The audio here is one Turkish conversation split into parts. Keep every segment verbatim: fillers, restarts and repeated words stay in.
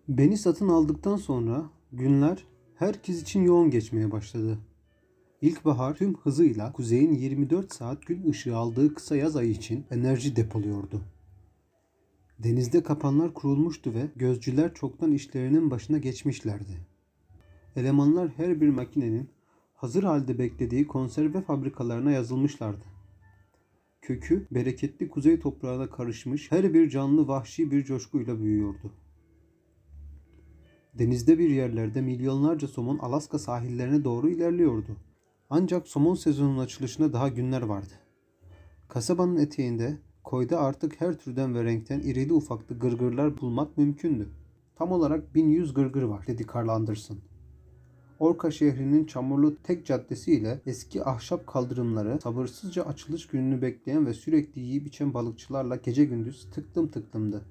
Beni satın aldıktan sonra günler herkes için yoğun geçmeye başladı. İlkbahar tüm hızıyla kuzeyin yirmi dört saat gün ışığı aldığı kısa yaz ayı için enerji depoluyordu. Denizde kapanlar kurulmuştu ve gözcüler çoktan işlerinin başına geçmişlerdi. Elemanlar her bir makinenin hazır halde beklediği konserve fabrikalarına yazılmışlardı. Kökü bereketli kuzey toprağına karışmış her bir canlı vahşi bir coşkuyla büyüyordu. Denizde bir yerlerde milyonlarca somon Alaska sahillerine doğru ilerliyordu. Ancak somon sezonunun açılışına daha günler vardı. Kasabanın eteğinde, koyda artık her türden ve renkten irili ufaklı gırgırlar bulmak mümkündü. Tam olarak bin yüz gırgır var, dedi Carl Anderson. Orka şehrinin çamurlu tek caddesi ile eski ahşap kaldırımları sabırsızca açılış gününü bekleyen ve sürekli yiyip içen balıkçılarla gece gündüz tıklım tıklımdı.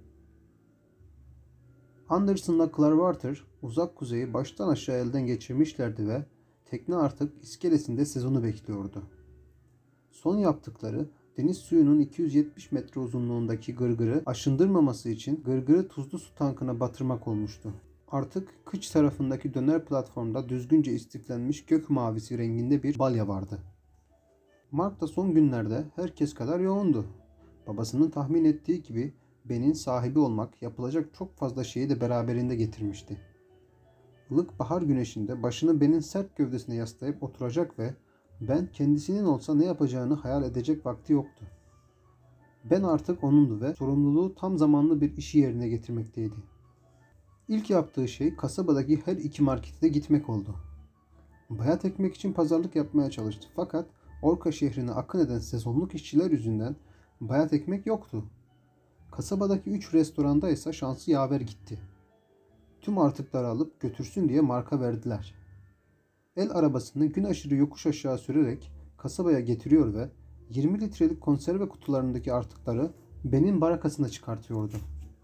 Anderson'la Clearwater uzak kuzeyi baştan aşağı elden geçirmişlerdi ve tekne artık iskelesinde sezonu bekliyordu. Son yaptıkları deniz suyunun iki yüz yetmiş metre uzunluğundaki gırgırı aşındırmaması için gırgırı tuzlu su tankına batırmak olmuştu. Artık kıç tarafındaki döner platformda düzgünce istiflenmiş gök mavisi renginde bir balya vardı. Mark da son günlerde herkes kadar yoğundu. Babasının tahmin ettiği gibi Ben'in sahibi olmak yapılacak çok fazla şeyi de beraberinde getirmişti. Ilık bahar güneşinde başını Ben'in sert gövdesine yaslayıp oturacak ve Ben kendisinin olsa ne yapacağını hayal edecek vakti yoktu. Ben artık onundu ve sorumluluğu tam zamanlı bir işi yerine getirmekteydi. İlk yaptığı şey kasabadaki her iki markete de gitmek oldu. Bayat ekmek için pazarlık yapmaya çalıştı fakat Orka şehrine akın eden sezonluk işçiler yüzünden bayat ekmek yoktu. Kasabadaki üç restoranda ise şansı yaver gitti. Tüm artıkları alıp götürsün diye Mark'a verdiler. El arabasını gün aşırı yokuş aşağı sürerek kasabaya getiriyor ve yirmi litrelik konserve kutularındaki artıkları Ben'in barakasına çıkartıyordu.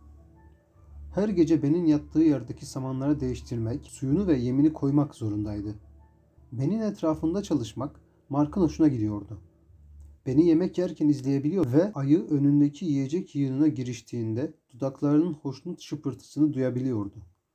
Her gece Ben'in yattığı yerdeki samanları değiştirmek, suyunu ve yemini koymak zorundaydı. Ben'in etrafında çalışmak Mark'ın hoşuna gidiyordu. Beni yemek yerken izleyebiliyor ve ayı önündeki yiyecek yığınına giriştiğinde dudaklarının hoşnut şıpırtısını duyabiliyordu.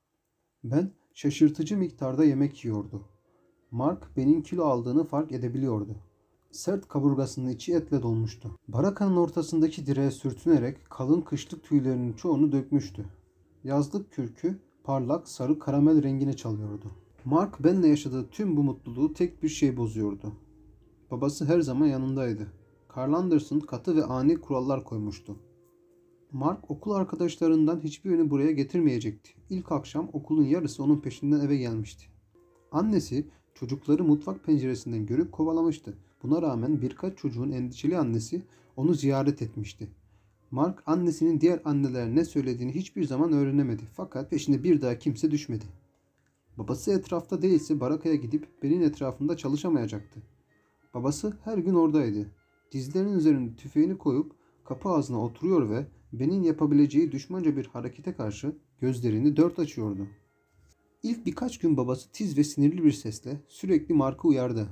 Ben şaşırtıcı miktarda yemek yiyordu. Mark Ben'in kilo aldığını fark edebiliyordu. Sert kaburgasının içi etle dolmuştu. Barakanın ortasındaki direğe sürtünerek kalın kışlık tüylerinin çoğunu dökmüştü. Yazlık kürkü parlak sarı karamel rengine çalıyordu. Mark Ben'le yaşadığı tüm bu mutluluğu tek bir şey bozuyordu. Babası her zaman yanındaydı. Carl Anderson katı ve ani kurallar koymuştu. Mark okul arkadaşlarından hiçbirini buraya getirmeyecekti. İlk akşam okulun yarısı onun peşinden eve gelmişti. Annesi çocukları mutfak penceresinden görüp kovalamıştı. Buna rağmen birkaç çocuğun endişeli annesi onu ziyaret etmişti. Mark annesinin diğer annelere ne söylediğini hiçbir zaman öğrenemedi. Fakat peşine bir daha kimse düşmedi. Babası etrafta değilse barakaya gidip Ben'in etrafında çalışamayacaktı. Babası her gün oradaydı. Dizlerinin üzerinde tüfeğini koyup kapı ağzına oturuyor ve Ben'in yapabileceği düşmanca bir harekete karşı gözlerini dört açıyordu. İlk birkaç gün babası tiz ve sinirli bir sesle sürekli Mark'ı uyardı.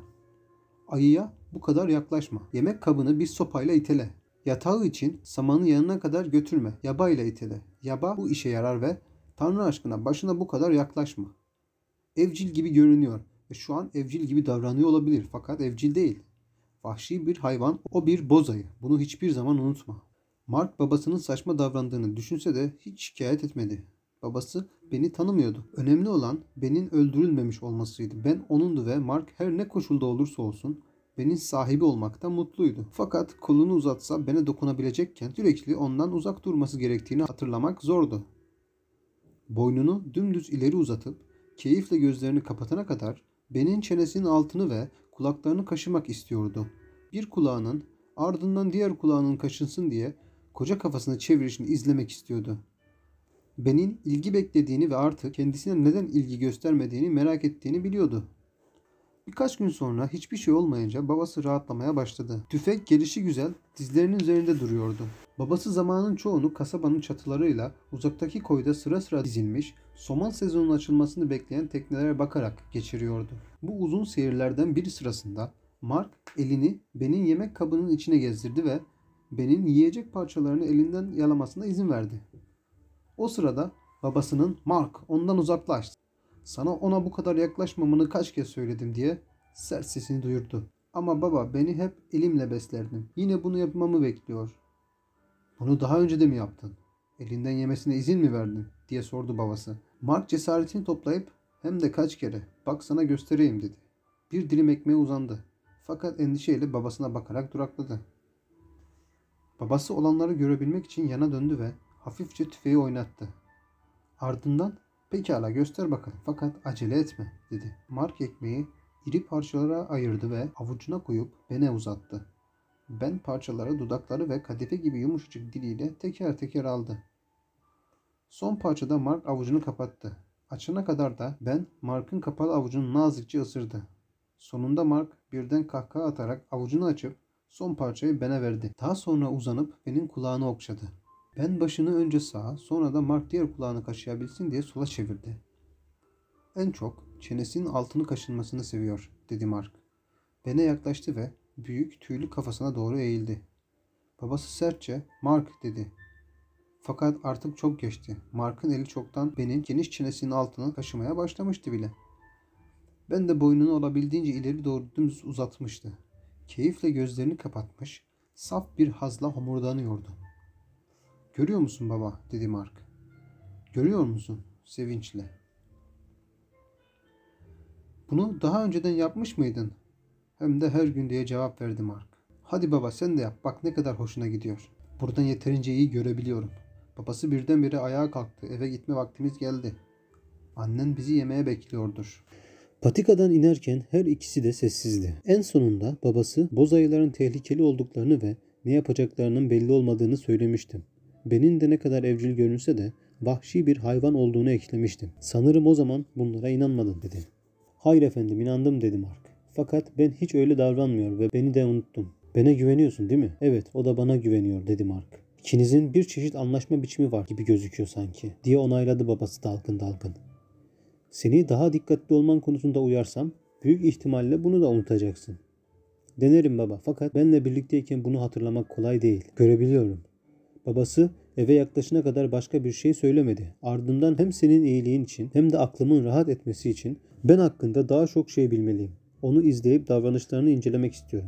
Ayıya bu kadar yaklaşma. Yemek kabını bir sopayla itele. Yatağı için samanı yanına kadar götürme. Yabayla itele. Yaba bu işe yarar ve Tanrı aşkına başına bu kadar yaklaşma. Evcil gibi görünüyor ve şu an evcil gibi davranıyor olabilir fakat evcil değil. Vahşi bir hayvan, o bir boz ayı. Bunu hiçbir zaman unutma. Mark babasının saçma davrandığını düşünse de hiç şikayet etmedi. Babası Ben'i tanımıyordu. Önemli olan Ben'in öldürülmemiş olmasıydı. Ben onundu ve Mark her ne koşulda olursa olsun Ben'in sahibi olmaktan mutluydu. Fakat kolunu uzatsa Ben'e dokunabilecekken sürekli ondan uzak durması gerektiğini hatırlamak zordu. Boynunu dümdüz ileri uzatıp keyifle gözlerini kapatana kadar Ben'in çenesinin altını ve kulaklarını kaşımak istiyordu. Bir kulağının ardından diğer kulağının kaşınsın diye koca kafasını çevirişini izlemek istiyordu. Ben'in ilgi beklediğini ve artık kendisine neden ilgi göstermediğini merak ettiğini biliyordu. Birkaç gün sonra hiçbir şey olmayınca babası rahatlamaya başladı. Tüfek gelişigüzel dizlerinin üzerinde duruyordu. Babası zamanın çoğunu kasabanın çatılarıyla uzaktaki koyda sıra sıra dizilmiş, somon sezonunun açılmasını bekleyen teknelere bakarak geçiriyordu. Bu uzun seyirlerden biri sırasında Mark elini Ben'in yemek kabının içine gezdirdi ve Ben'in yiyecek parçalarını elinden yalamasına izin verdi. O sırada Babasının "Mark, ondan uzaklaş. Sana ona bu kadar yaklaşmamanı kaç kez söyledim" diye sert sesini duyurdu. "Ama baba, beni hep elimle beslerdin. Yine bunu yapmamı bekliyor." "Bunu daha önce de mi yaptın? Elinden yemesine izin mi verdin?" diye sordu babası. Mark cesaretini toplayıp "Hem de kaç kere. Bak sana göstereyim" dedi. Bir dilim ekmeğe uzandı. Fakat endişeyle babasına bakarak durakladı. Babası olanları görebilmek için yana döndü ve hafifçe tüfeği oynattı. Ardından "Pekala, göster bakalım, fakat acele etme" dedi. Mark ekmeği iri parçalara ayırdı ve avucuna koyup Ben'e uzattı. Ben parçaları dudakları ve kadife gibi yumuşacık diliyle teker teker aldı. Son parçada Mark avucunu kapattı. Açana kadar da Ben, Mark'ın kapalı avucunu nazikçe ısırdı. Sonunda Mark birden kahkaha atarak avucunu açıp son parçayı Ben'e verdi. Daha sonra uzanıp Ben'in kulağını okşadı. Ben başını önce sağa, sonra da Mark diğer kulağını kaşıyabilsin diye sola çevirdi. "En çok çenesinin altını kaşınmasını seviyor" dedi Mark. Ben'e yaklaştı ve büyük tüylü kafasına doğru eğildi. Babası sertçe "Mark" dedi. Fakat artık çok geçti. Mark'ın eli çoktan Ben'in geniş çenesinin altını kaşımaya başlamıştı bile. Ben de boynunu olabildiğince ileri doğru dümdüz uzatmıştı. Keyifle gözlerini kapatmış, saf bir hazla homurdanıyordu. "Görüyor musun baba?" dedi Mark. "Görüyor musun?" sevinçle. "Bunu daha önceden yapmış mıydın?" "Hem de her gün" diye cevap verdi Mark. "Hadi baba, sen de yap. Bak ne kadar hoşuna gidiyor. Buradan yeterince iyi görebiliyorum." Babası birdenbire ayağa kalktı. "Eve gitme vaktimiz geldi. Annen bizi yemeğe bekliyordur." Patikadan inerken her ikisi de sessizdi. En sonunda babası boz ayıların tehlikeli olduklarını ve ne yapacaklarının belli olmadığını söylemiştim. Ben'in de ne kadar evcil görünse de vahşi bir hayvan olduğunu eklemiştim. "Sanırım o zaman bunlara inanmadın" dedi. "Hayır efendim, inandım" dedi Mark. "Fakat ben hiç öyle davranmıyor ve beni de unuttum." "Bana güveniyorsun değil mi?" "Evet, o da bana güveniyor" dedi Mark. "İkinizin bir çeşit anlaşma biçimi var gibi gözüküyor sanki" diye onayladı babası dalgın dalgın. "Seni daha dikkatli olman konusunda uyarsam büyük ihtimalle bunu da unutacaksın." "Denerim baba, fakat benle birlikteyken bunu hatırlamak kolay değil." "Görebiliyorum." Babası eve yaklaşana kadar başka bir şey söylemedi. Ardından hem senin iyiliğin için hem de aklımın rahat etmesi için Ben hakkında daha çok şey bilmeliyim. Onu izleyip davranışlarını incelemek istiyorum.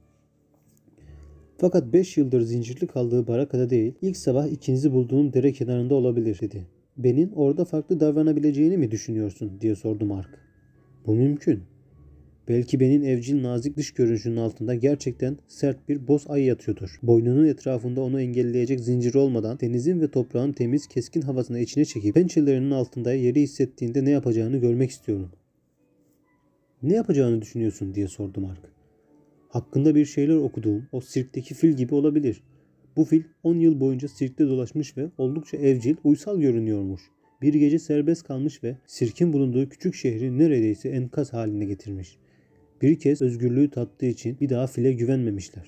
"Fakat beş yıldır zincirli kaldığı barakada değil, ilk sabah ikinizi bulduğum dere kenarında olabilir" dedi. "Ben'in orada farklı davranabileceğini mi düşünüyorsun?" diye sordu Mark. "Bu mümkün. Belki Ben'in evcil nazik dış görünüşünün altında gerçekten sert bir boz ayı yatıyordur. Boynunun etrafında onu engelleyecek zincir olmadan denizin ve toprağın temiz keskin havasını içine çekip pençelerinin altında yeri hissettiğinde ne yapacağını görmek istiyorum." "Ne yapacağını düşünüyorsun?" diye sordu Mark. "Hakkında bir şeyler okuduğum o sirkteki fil gibi olabilir. Bu fil on yıl boyunca sirkte dolaşmış ve oldukça evcil, uysal görünüyormuş. Bir gece serbest kalmış ve sirkin bulunduğu küçük şehri neredeyse enkaz haline getirmiş. Bir kez özgürlüğü tattığı için bir daha file güvenmemişler."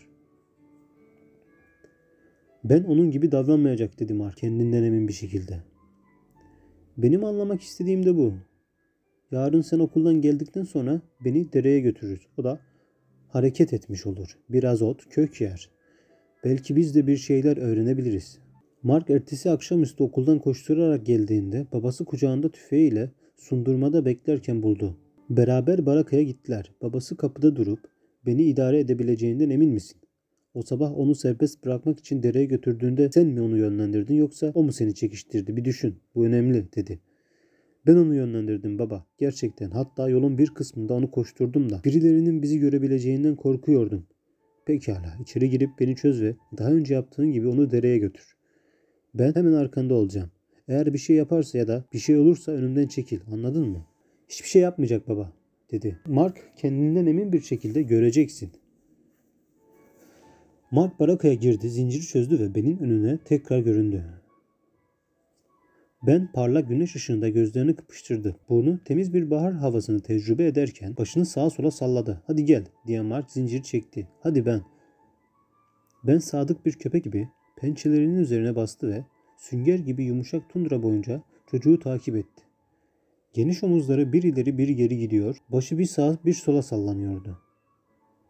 "Ben onun gibi davranmayacak" dedi Mark kendinden emin bir şekilde. "Benim anlamak istediğim de bu. Yarın sen okuldan geldikten sonra beni dereye götürür. O da hareket etmiş olur. Biraz ot, kök yer. Belki biz de bir şeyler öğrenebiliriz." Mark ertesi akşamüstü okuldan koşturarak geldiğinde babası kucağında tüfeğiyle sundurmada beklerken buldu. Beraber barakaya gittiler. Babası kapıda durup "Beni idare edebileceğinden emin misin? O sabah onu serbest bırakmak için dereye götürdüğünde sen mi onu yönlendirdin, yoksa o mu seni çekiştirdi? Bir düşün. Bu önemli" dedi. "Ben onu yönlendirdim baba. Gerçekten. Hatta yolun bir kısmında onu koşturdum da. Birilerinin bizi görebileceğinden korkuyordum." "Pekala. İçeri girip beni çöz ve daha önce yaptığın gibi onu dereye götür. Ben hemen arkanda olacağım. Eğer bir şey yaparsa ya da bir şey olursa önümden çekil. Anladın mı?" "Hiçbir şey yapmayacak baba" dedi. Mark kendinden emin bir şekilde "Göreceksin." Mark barakaya girdi, zinciri çözdü ve Ben'in önüne tekrar göründü. Ben parlak güneş ışığında gözlerini kıpıştırdı. Burnu temiz bir bahar havasını tecrübe ederken başını sağa sola salladı. "Hadi gel" diye Mark zinciri çekti. "Hadi Ben." Ben sadık bir köpek gibi pençelerinin üzerine bastı ve sünger gibi yumuşak tundra boyunca çocuğu takip etti. Geniş omuzları bir ileri bir geri gidiyor, başı bir sağa bir sola sallanıyordu.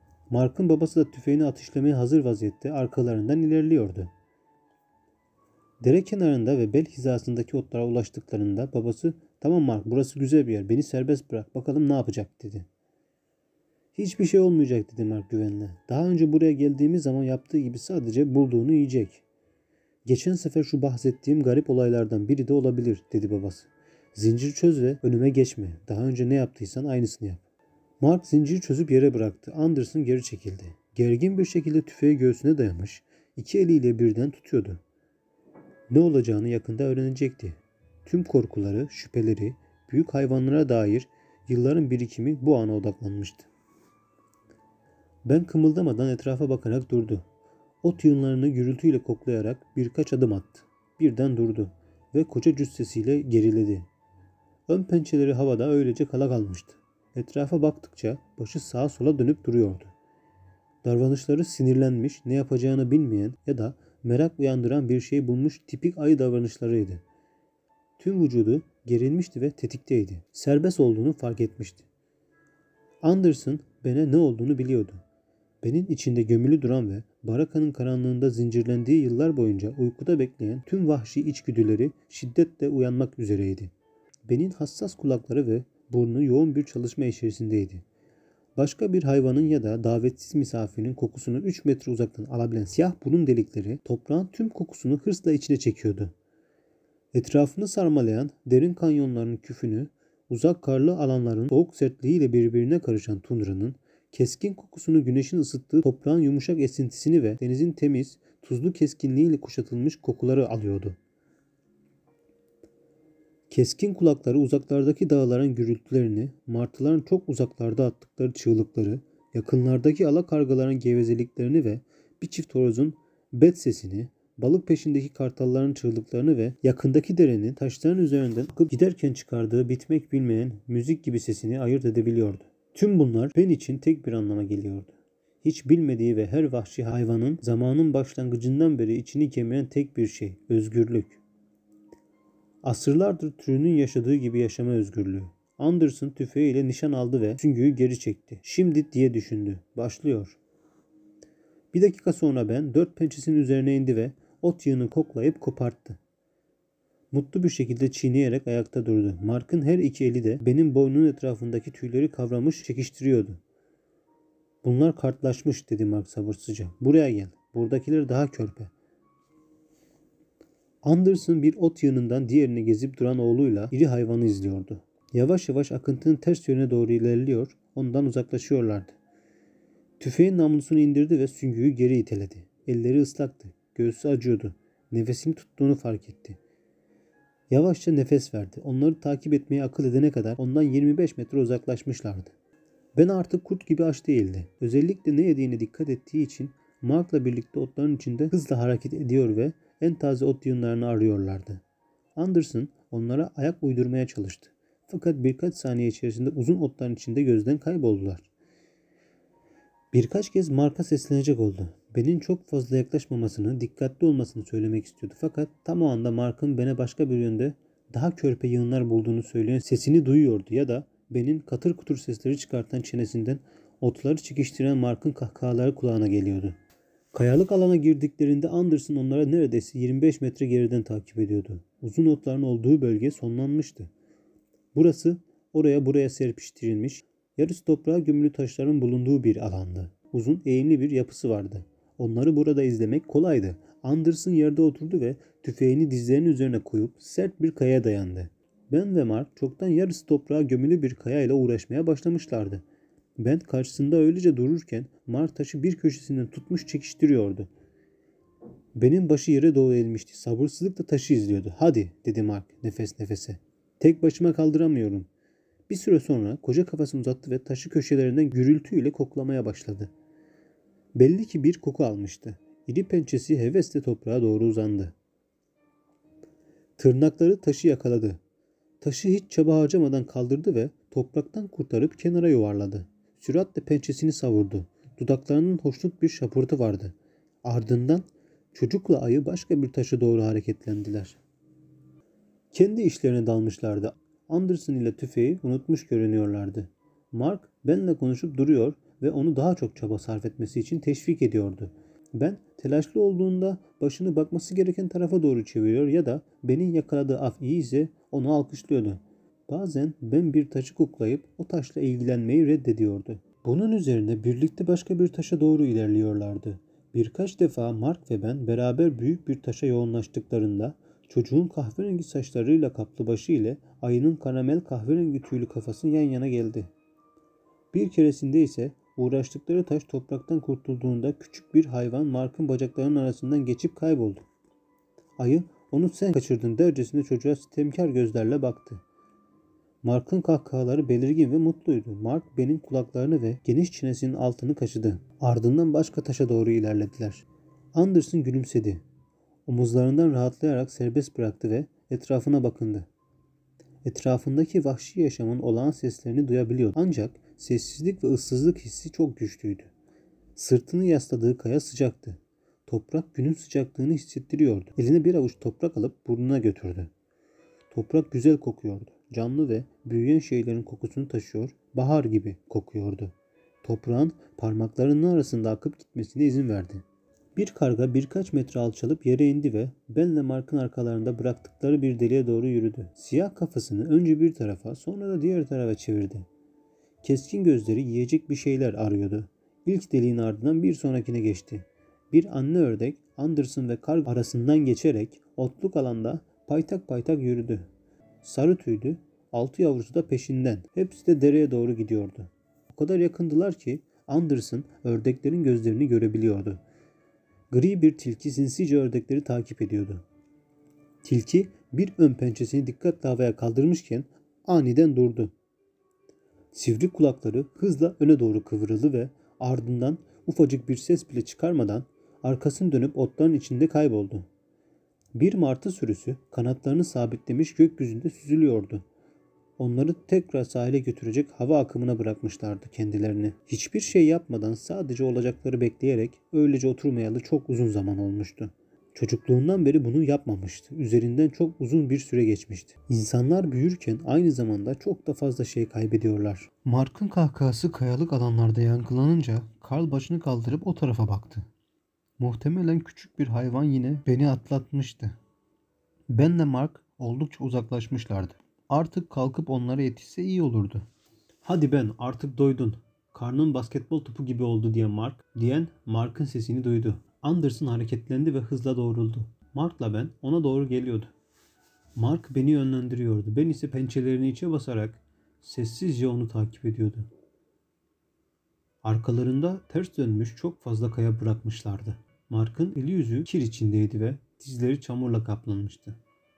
Mark'ın babası da tüfeğini ateşlemeye hazır vaziyette arkalarından ilerliyordu. Dere kenarında ve bel hizasındaki otlara ulaştıklarında babası "Tamam Mark, burası güzel bir yer. Beni serbest bırak. Bakalım ne yapacak?" dedi. "Hiçbir şey olmayacak," dedi Mark güvenle. "Daha önce buraya geldiğimiz zaman yaptığı gibi sadece bulduğunu yiyecek. Geçen sefer şu bahsettiğim garip olaylardan biri de olabilir," dedi babası. "Zincir çöz ve önüme geçme. Daha önce ne yaptıysan aynısını yap." Mark zinciri çözüp yere bıraktı. Anderson geri çekildi. Gergin bir şekilde tüfeği göğsüne dayamış, iki eliyle birden tutuyordu. Ne olacağını yakında öğrenecekti. Tüm korkuları, şüpheleri, büyük hayvanlara dair yılların birikimi bu ana odaklanmıştı. Ben kımıldamadan etrafa bakarak durdu. Ot yığınlarını gürültüyle koklayarak birkaç adım attı. Birden durdu ve koca cüssesiyle geriledi. Ön pençeleri havada öylece kala kalmıştı. Etrafa baktıkça başı sağa sola dönüp duruyordu. Davranışları sinirlenmiş, ne yapacağını bilmeyen ya da merak uyandıran bir şey bulmuş tipik ayı davranışlarıydı. Tüm vücudu gerilmişti ve tetikteydi. Serbest olduğunu fark etmişti. Anderson Ben'e ne olduğunu biliyordu. Ben'in içinde gömülü duran ve barakanın karanlığında zincirlendiği yıllar boyunca uykuda bekleyen tüm vahşi içgüdüleri şiddetle uyanmak üzereydi. Ben'in hassas kulakları ve burnu yoğun bir çalışma içerisindeydi. Başka bir hayvanın ya da davetsiz misafirin kokusunu üç metre uzaktan alabilen siyah burun delikleri toprağın tüm kokusunu hırsla içine çekiyordu. Etrafını sarmalayan derin kanyonların küfünü, uzak karlı alanların soğuk sertliğiyle birbirine karışan tundranın, keskin kokusunu güneşin ısıttığı toprağın yumuşak esintisini ve denizin temiz, tuzlu keskinliğiyle kuşatılmış kokuları alıyordu. Keskin kulakları uzaklardaki dağların gürültülerini, martıların çok uzaklarda attıkları çığlıkları, yakınlardaki alakargaların gevezeliklerini ve bir çift horozun bet sesini, balık peşindeki kartalların çığlıklarını ve yakındaki derenin taşların üzerinden akıp giderken çıkardığı bitmek bilmeyen müzik gibi sesini ayırt edebiliyordu. Tüm bunlar Ben için tek bir anlama geliyordu. Hiç bilmediği ve her vahşi hayvanın zamanın başlangıcından beri içini kemiren tek bir şey, özgürlük. Asırlardır türünün yaşadığı gibi yaşama özgürlüğü. Anderson tüfeğiyle nişan aldı ve süngüyü geri çekti. Şimdi diye düşündü. Başlıyor. Bir dakika sonra Ben dört pençesinin üzerine indi ve ot yığını koklayıp koparttı. Mutlu bir şekilde çiğneyerek ayakta durdu. Mark'ın her iki eli de Ben'in boynunun etrafındaki tüyleri kavramış çekiştiriyordu. "Bunlar kartlaşmış," dedi Mark sabırsızca. "Buraya gel. Buradakiler daha körpe." Anderson bir ot yığınından diğerine gezip duran oğluyla iri hayvanı izliyordu. Yavaş yavaş akıntının ters yöne doğru ilerliyor, ondan uzaklaşıyorlardı. Tüfeğin namlusunu indirdi ve süngüyü geri iteledi. Elleri ıslaktı, göğsü acıyordu. Nefesini tuttuğunu fark etti. Yavaşça nefes verdi. Onları takip etmeyi akıl edene kadar ondan yirmi beş metre uzaklaşmışlardı. Ben artık kurt gibi aç değildi. Özellikle ne yediğine dikkat ettiği için Mark'la birlikte otların içinde hızla hareket ediyor ve en taze ot yığınlarını arıyorlardı. Anderson onlara ayak uydurmaya çalıştı. Fakat birkaç saniye içerisinde uzun otların içinde gözden kayboldular. Birkaç kez Mark'a seslenecek oldu. Ben'in çok fazla yaklaşmamasını, dikkatli olmasını söylemek istiyordu. Fakat tam o anda Mark'ın Ben'e başka bir yönde daha körpe yığınlar bulduğunu söyleyen sesini duyuyordu ya da Ben'in katır kutur sesleri çıkartan çenesinden otları çekiştiren Mark'ın kahkahaları kulağına geliyordu. Kayalık alana girdiklerinde Anderson onlara neredeyse yirmi beş metre geriden takip ediyordu. Uzun otların olduğu bölge sonlanmıştı. Burası oraya buraya serpiştirilmiş, yarısı toprağa gömülü taşların bulunduğu bir alandı. Uzun eğimli bir yapısı vardı. Onları burada izlemek kolaydı. Anderson yerde oturdu ve tüfeğini dizlerinin üzerine koyup sert bir kayaya dayandı. Ben ve Mark çoktan yarısı toprağa gömülü bir kayayla uğraşmaya başlamışlardı. Ben karşısında öylece dururken Mark taşı bir köşesinden tutmuş çekiştiriyordu. Benim başı yere doğru eğilmişti. Sabırsızlıkla taşı izliyordu. "Hadi," dedi Mark nefes nefese. "Tek başıma kaldıramıyorum." Bir süre sonra koca kafasını uzattı ve taşı köşelerinden gürültüyle koklamaya başladı. Belli ki bir koku almıştı. İri pençesi hevesle toprağa doğru uzandı. Tırnakları taşı yakaladı. Taşı hiç çaba harcamadan kaldırdı ve topraktan kurtarıp kenara yuvarladı. Süratle pençesini savurdu. Dudaklarının hoşnut bir şapırtı vardı. Ardından çocukla ayı başka bir taşa doğru hareketlendiler. Kendi işlerine dalmışlardı. Anderson ile tüfeği unutmuş görünüyorlardı. Mark, Ben'le konuşup duruyor ve onu daha çok çaba sarf etmesi için teşvik ediyordu. Ben telaşlı olduğunda başını bakması gereken tarafa doğru çeviriyor ya da beni yakaladığı af iyi ise onu alkışlıyordu. Bazen ben bir taşı koklayıp o taşla ilgilenmeyi reddediyordu. Bunun üzerine birlikte başka bir taşa doğru ilerliyorlardı. Birkaç defa Mark ve ben beraber büyük bir taşa yoğunlaştıklarında çocuğun kahverengi saçlarıyla kaplı başı ile ayının karamel kahverengi tüylü kafası yan yana geldi. Bir keresinde ise uğraştıkları taş topraktan kurtulduğunda küçük bir hayvan Mark'ın bacaklarının arasından geçip kayboldu. Ayı onu sen kaçırdın dercesine çocuğa sitemkar gözlerle baktı. Mark'ın kahkahaları belirgin ve mutluydu. Mark benim kulaklarını ve geniş çenesinin altını kaşıdı. Ardından başka taşa doğru ilerlediler. Anderson gülümsedi. Omuzlarından rahatlayarak serbest bıraktı ve etrafına bakındı. Etrafındaki vahşi yaşamın olağan seslerini duyabiliyordu. Ancak sessizlik ve ıssızlık hissi çok güçlüydü. Sırtını yasladığı kaya sıcaktı. Toprak günün sıcaklığını hissettiriyordu. Eline bir avuç toprak alıp burnuna götürdü. Toprak güzel kokuyordu. Canlı ve büyüyen şeylerin kokusunu taşıyor, bahar gibi kokuyordu. Toprağın parmaklarının arasında akıp gitmesine izin verdi. Bir karga birkaç metre alçalıp yere indi ve benle Mark'ın arkalarında bıraktıkları bir deliğe doğru yürüdü. Siyah kafasını önce bir tarafa sonra da diğer tarafa çevirdi. Keskin gözleri yiyecek bir şeyler arıyordu. İlk deliğin ardından bir sonrakine geçti. Bir anne ördek Anderson ve karga arasından geçerek otluk alanda paytak paytak yürüdü. Sarı tüylü, altı yavrusu da peşinden. Hepsi de dereye doğru gidiyordu. O kadar yakındılar ki Anderson ördeklerin gözlerini görebiliyordu. Gri bir tilki sinsice ördekleri takip ediyordu. Tilki bir ön pençesini dikkatle havaya kaldırmışken aniden durdu. Sivri kulakları hızla öne doğru kıvrıldı ve ardından ufacık bir ses bile çıkarmadan arkasını dönüp otların içinde kayboldu. Bir martı sürüsü kanatlarını sabitlemiş gökyüzünde süzülüyordu. Onları tekrar sahile götürecek hava akımına bırakmışlardı kendilerini. Hiçbir şey yapmadan sadece olacakları bekleyerek öylece oturmayalı çok uzun zaman olmuştu. Çocukluğundan beri bunu yapmamıştı. Üzerinden çok uzun bir süre geçmişti. İnsanlar büyürken aynı zamanda çok da fazla şey kaybediyorlar. Mark'ın kahkahası kayalık alanlarda yankılanınca Karl başını kaldırıp o tarafa baktı. Muhtemelen küçük bir hayvan yine beni atlatmıştı. Benle Mark oldukça uzaklaşmışlardı. Artık kalkıp onlara yetişse iyi olurdu. Hadi Ben, artık doydun. Karnın basketbol topu gibi oldu diye Mark, diyen Mark'ın sesini duydu. Anderson hareketlendi ve hızla doğruldu. Mark'la ben ona doğru geliyordu. Mark beni yönlendiriyordu. Ben ise pençelerini içe basarak sessizce onu takip ediyordu. Arkalarında ters dönmüş çok fazla kaya bırakmışlardı. Mark'ın eli yüzü kir içindeydi ve dizleri çamurla kaplanmıştı.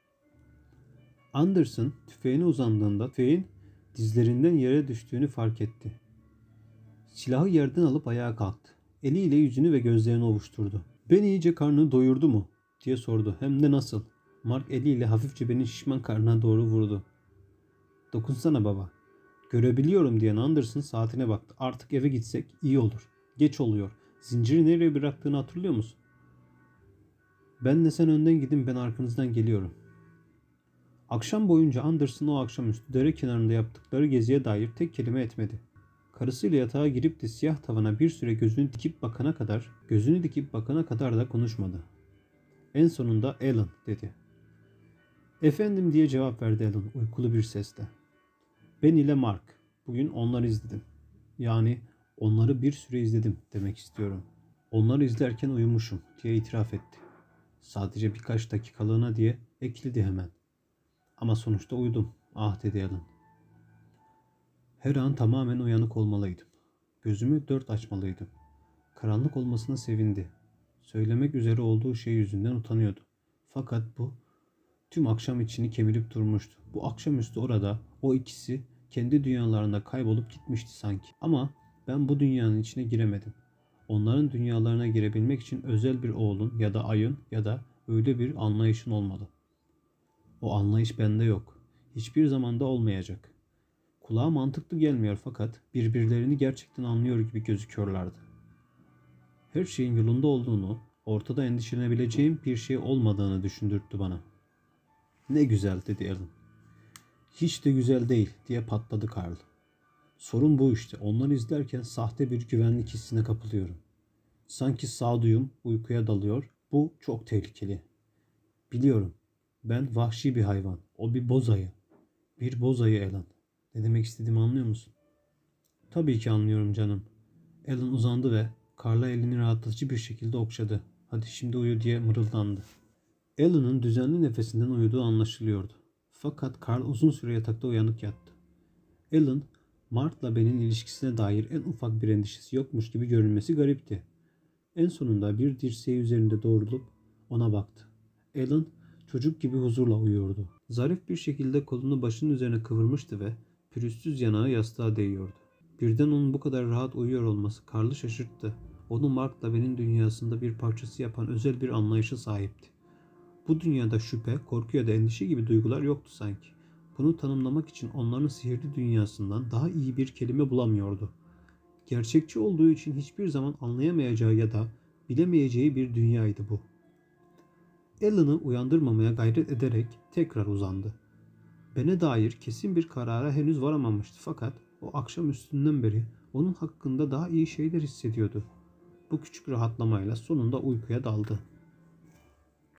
Anderson tüfeğine uzandığında tüfeğin dizlerinden yere düştüğünü fark etti. Silahı yerden alıp ayağa kalktı. Eliyle yüzünü ve gözlerini ovuşturdu. "Ben iyice karnını doyurdu mu?" diye sordu. "Hem de nasıl?" Mark eliyle hafifçe benim şişman karnına doğru vurdu. "Dokunsana baba." "Görebiliyorum," diyen Anderson saatine baktı. "Artık eve gitsek iyi olur. Geç oluyor. Zinciri nereye bıraktığını hatırlıyor musun?" "Benle sen önden gidin, ben arkanızdan geliyorum." Akşam boyunca Anderson o akşamüstü dere kenarında yaptıkları geziye dair tek kelime etmedi. Karısıyla yatağa girip de siyah tavana bir süre gözünü dikip bakana kadar, gözünü dikip bakana kadar da konuşmadı. En sonunda "Alan," dedi. "Efendim," diye cevap verdi Alan uykulu bir sesle. "Ben ile Mark. Bugün onları izledim. Yani onları bir süre izledim demek istiyorum. Onları izlerken uyumuşum," diye itiraf etti. "Sadece birkaç dakikalığına," diye ekledi hemen. "Ama sonuçta uyudum," ah dedi Alan. "Her an tamamen uyanık olmalıydım. Gözümü dört açmalıydım." Karanlık olmasına sevindi. Söylemek üzere olduğu şey yüzünden utanıyordu. Fakat bu tüm akşam içini kemirip durmuştu. Bu akşamüstü orada o ikisi kendi dünyalarında kaybolup gitmişti sanki. Ama ben bu dünyanın içine giremedim. Onların dünyalarına girebilmek için özel bir oğlun ya da ayın ya da öyle bir anlayışın olmalı. O anlayış bende yok. Hiçbir zamanda olmayacak. Kulağa mantıklı gelmiyor fakat birbirlerini gerçekten anlıyor gibi gözüküyorlardı. Her şeyin yolunda olduğunu, ortada endişelenebileceğim bir şey olmadığını düşündürttü bana. "Ne güzel," dedi Alan. "Hiç de güzel değil," diye patladı Karl. "Sorun bu işte. Onları izlerken sahte bir güvenlik hissine kapılıyorum. Sanki sağduyum uykuya dalıyor. Bu çok tehlikeli. Biliyorum. Ben vahşi bir hayvan. O bir bozayı. Bir bozayı Alan. Ne demek istediğimi anlıyor musun? Tabii ki anlıyorum canım. Alan uzandı ve Carl'a elini rahatlatıcı bir şekilde okşadı. Hadi şimdi uyu diye mırıldandı. Alan'ın düzenli nefesinden uyuduğu anlaşılıyordu. Fakat Carl uzun süre yatakta uyanık yattı. Alan, Mart'la Ben'in ilişkisine dair en ufak bir endişesi yokmuş gibi görünmesi garipti. En sonunda bir dirseği üzerinde doğrulup ona baktı. Alan çocuk gibi huzurla uyuyordu. Zarif bir şekilde kolunu başının üzerine kıvırmıştı ve pürüzsüz yanağı yastığa değiyordu. Birden onun bu kadar rahat uyuyor olması Karl'ı şaşırttı. Onu Mark'la benim dünyasında bir parçası yapan özel bir anlayışa sahipti. Bu dünyada şüphe, korku ya da endişe gibi duygular yoktu sanki. Bunu tanımlamak için onların sihirli dünyasından daha iyi bir kelime bulamıyordu. Gerçekçi olduğu için hiçbir zaman anlayamayacağı ya da bilemeyeceği bir dünyaydı bu. Alan'ı uyandırmamaya gayret ederek tekrar uzandı. Ben'e dair kesin bir karara henüz varamamıştı fakat o akşam üstünden beri onun hakkında daha iyi şeyler hissediyordu. Bu küçük rahatlamayla sonunda uykuya daldı.